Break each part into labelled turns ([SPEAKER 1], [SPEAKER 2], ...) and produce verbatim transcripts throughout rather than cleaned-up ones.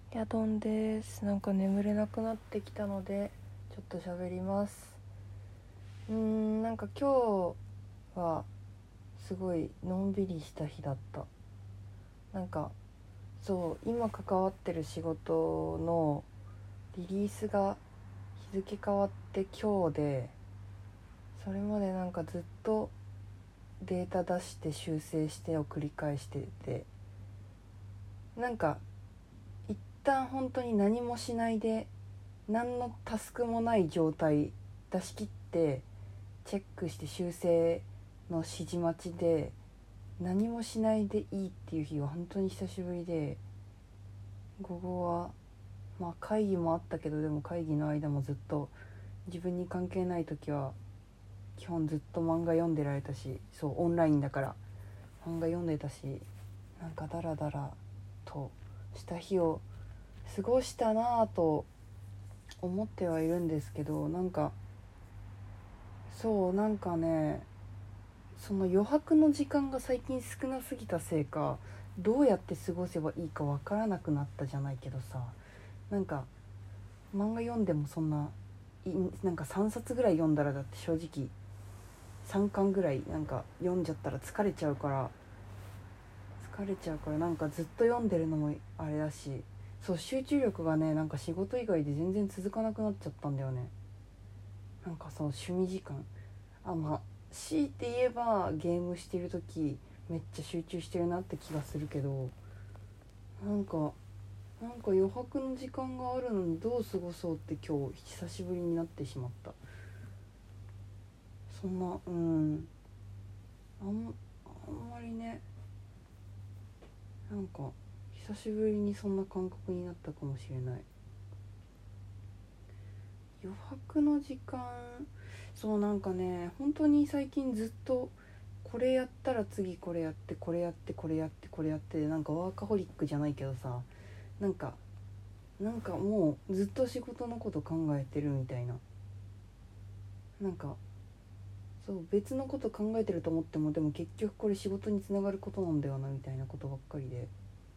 [SPEAKER 1] ヤドンです。なんか眠れなくなってきたのでちょっと喋ります。うーんなんか今日はすごいのんびりした日だった。なんかそう今関わってる仕事のリリースが日付変わって今日で、それまでなんかずっとデータ出して修正してを繰り返してて、なんか一旦本当に何もしないで何のタスクもない状態出し切ってチェックして修正の指示待ちで何もしないでいいっていう日は本当に久しぶりで、午後はまあ会議もあったけど、でも会議の間もずっと自分に関係ない時は基本ずっと漫画読んでられたし、そうオンラインだから漫画読んでたし、なんかダラダラとした日を過ごしたなぁと思ってはいるんですけど、なんかそうなんかね、その余白の時間が最近少なすぎたせいか、どうやって過ごせばいいかわからなくなったじゃないけどさ、なんか漫画読んでもそんないなんかさんさつぐらい読んだら、だって正直さんかんぐらいなんか読んじゃったら疲れちゃうから疲れちゃうからなんかずっと読んでるのもあれだし、そう集中力がね、なんか仕事以外で全然続かなくなっちゃったんだよね。なんかその趣味時間、あまあ強いて言えばゲームしてる時めっちゃ集中してるなって気がするけど、なんかなんか余白の時間があるのにどう過ごそうって今日久しぶりになってしまった。そんなうんあんあんまりね、なんか久しぶりにそんな感覚になったかもしれない。余白の時間、そうなんかね、本当に最近ずっとこれやったら次これやってこれやってこれやってこれやって、なんかワーカホリックじゃないけどさ、なんかなんかもうずっと仕事のこと考えてるみたいな、なんかそう別のこと考えてると思っても、でも結局これ仕事につながることなんだよなみたいなことばっかりで、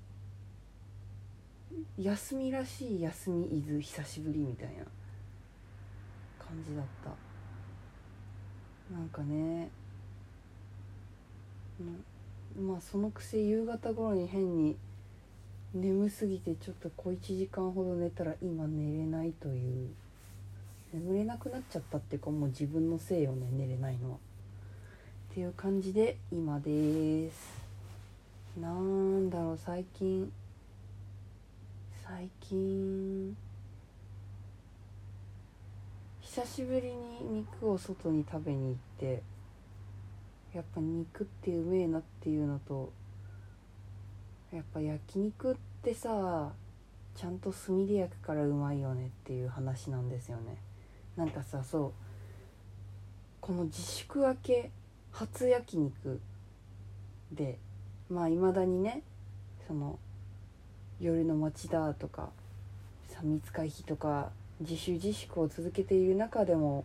[SPEAKER 1] 休みらしい休み伊豆久しぶりみたいな感じだった。なんかね、うん、まあそのくせ夕方頃に変に眠すぎてちょっと小いちじかんほど寝たら今寝れないという、眠れなくなっちゃったっていうか、もう自分のせいよね、寝れないのはっていう感じで今です。なんだろう、最近最近久しぶりに肉を外に食べに行って、やっぱ肉ってうめえなっていうのと、やっぱ焼肉ってさ、ちゃんと炭で焼くからうまいよねっていう話なんですよね。なんかさ、そうこの自粛明け初焼肉で、まあ未だにね、その夜の街だとかさん密回避とか自主自粛を続けている中でも、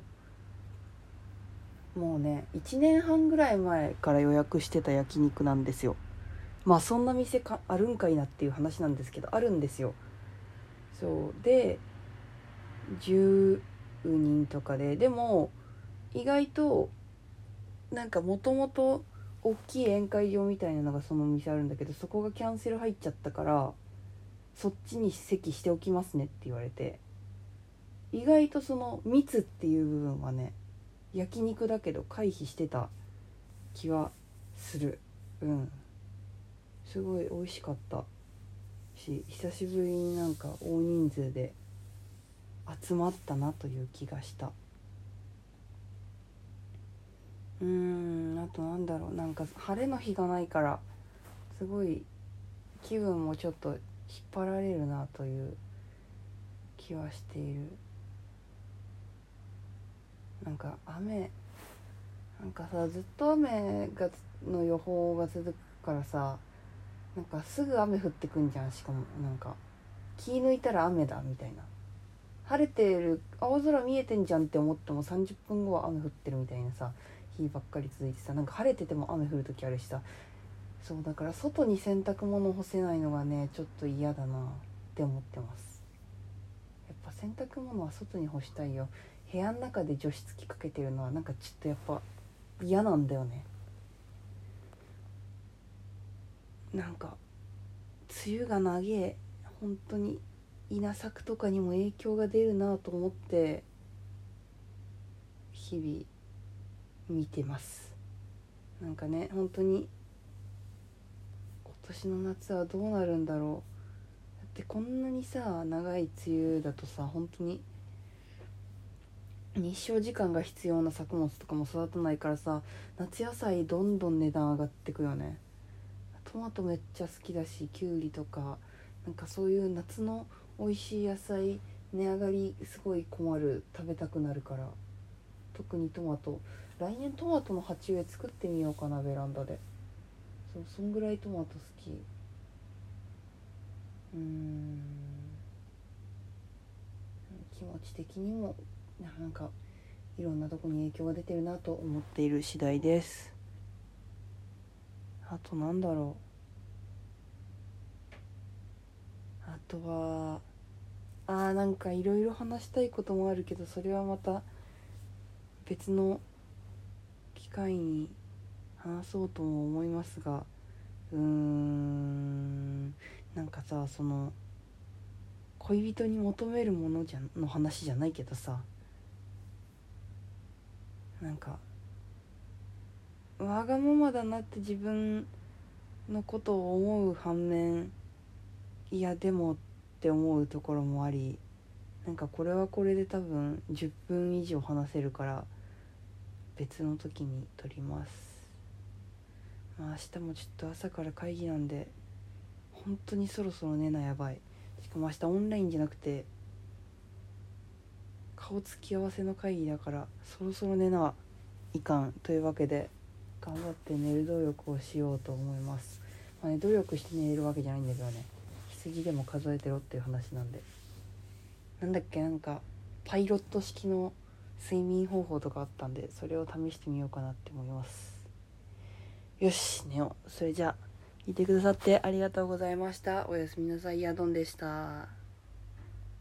[SPEAKER 1] もうねいちねんはんぐらい前から予約してた焼肉なんですよ。まあそんな店かあるんかいなっていう話なんですけど、あるんですよ。そうでじゅうにんとかで、でも意外となんかもともと大きい宴会場みたいなのがその店あるんだけど、そこがキャンセル入っちゃったからそっちに席しておきますねって言われて、意外とその密っていう部分はね、焼肉だけど回避してた気はする。うんすごい美味しかったし、久しぶりになんか大人数で集まったなという気がした。うーんあとなんだろう、なんか晴れの日がないからすごい気分もちょっと引っ張られるなという気はしている。なんか雨なんかさ、ずっと雨がの予報が続くからさ、なんかすぐ雨降ってくんじゃん。しかもなんか気抜いたら雨だみたいな、晴れてる青空見えてんじゃんって思ってもさんじゅっぷんごは雨降ってるみたいなさ日ばっかり続いてさ、なんか晴れてても雨降る時あるしさ、そうだから外に洗濯物干せないのがねちょっと嫌だな。 って思ってます。やっぱ洗濯物は外に干したいよ。部屋の中で除湿機かけてるのはなんかちょっとやっぱ嫌なんだよね。なんか梅雨が長え、本当に稲作とかにも影響が出るなと思って日々見てます。なんかね、本当に今年の夏はどうなるんだろう。だってこんなにさ長い梅雨だとさ、本当に日照時間が必要な作物とかも育たないからさ、夏野菜どんどん値段上がってくよね。トマトめっちゃ好きだし、キュウリとかなんかそういう夏の美味しい野菜値上がりすごい困る。食べたくなるから。特にトマト、来年トマトの鉢植え作ってみようかな、ベランダで。そう、そんぐらいトマト好き。うーん気持ち的にもなんかいろんなとこに影響が出てるなと思っている次第です。あとなんだろう、あとはあーなんかいろいろ話したいこともあるけど、それはまた別の機会に話そうとも思いますが、うーんなんかさ、その恋人に求めるものじゃの話じゃないけどさ、なんかわがままだなって自分のことを思う反面、いやでもって思うところもあり、なんかこれはこれで多分じゅっぷん以上話せるから別の時に撮ります。まあ明日もちょっと朝から会議なんで本当にそろそろ寝な。やばい。しかも明日オンラインじゃなくて顔つき合わせの会議だから、そろそろ寝ないかん。というわけで頑張って寝る努力をしようと思います。まあね、努力して寝れるわけじゃないんだけどね、棺でも数えてろっていう話なんで。なんだっけ、なんかパイロット式の睡眠方法とかあったんで、それを試してみようかなって思います。よし寝よう。それじゃあ聞いてくださってありがとうございました。おやすみなさい。ヤドンでした。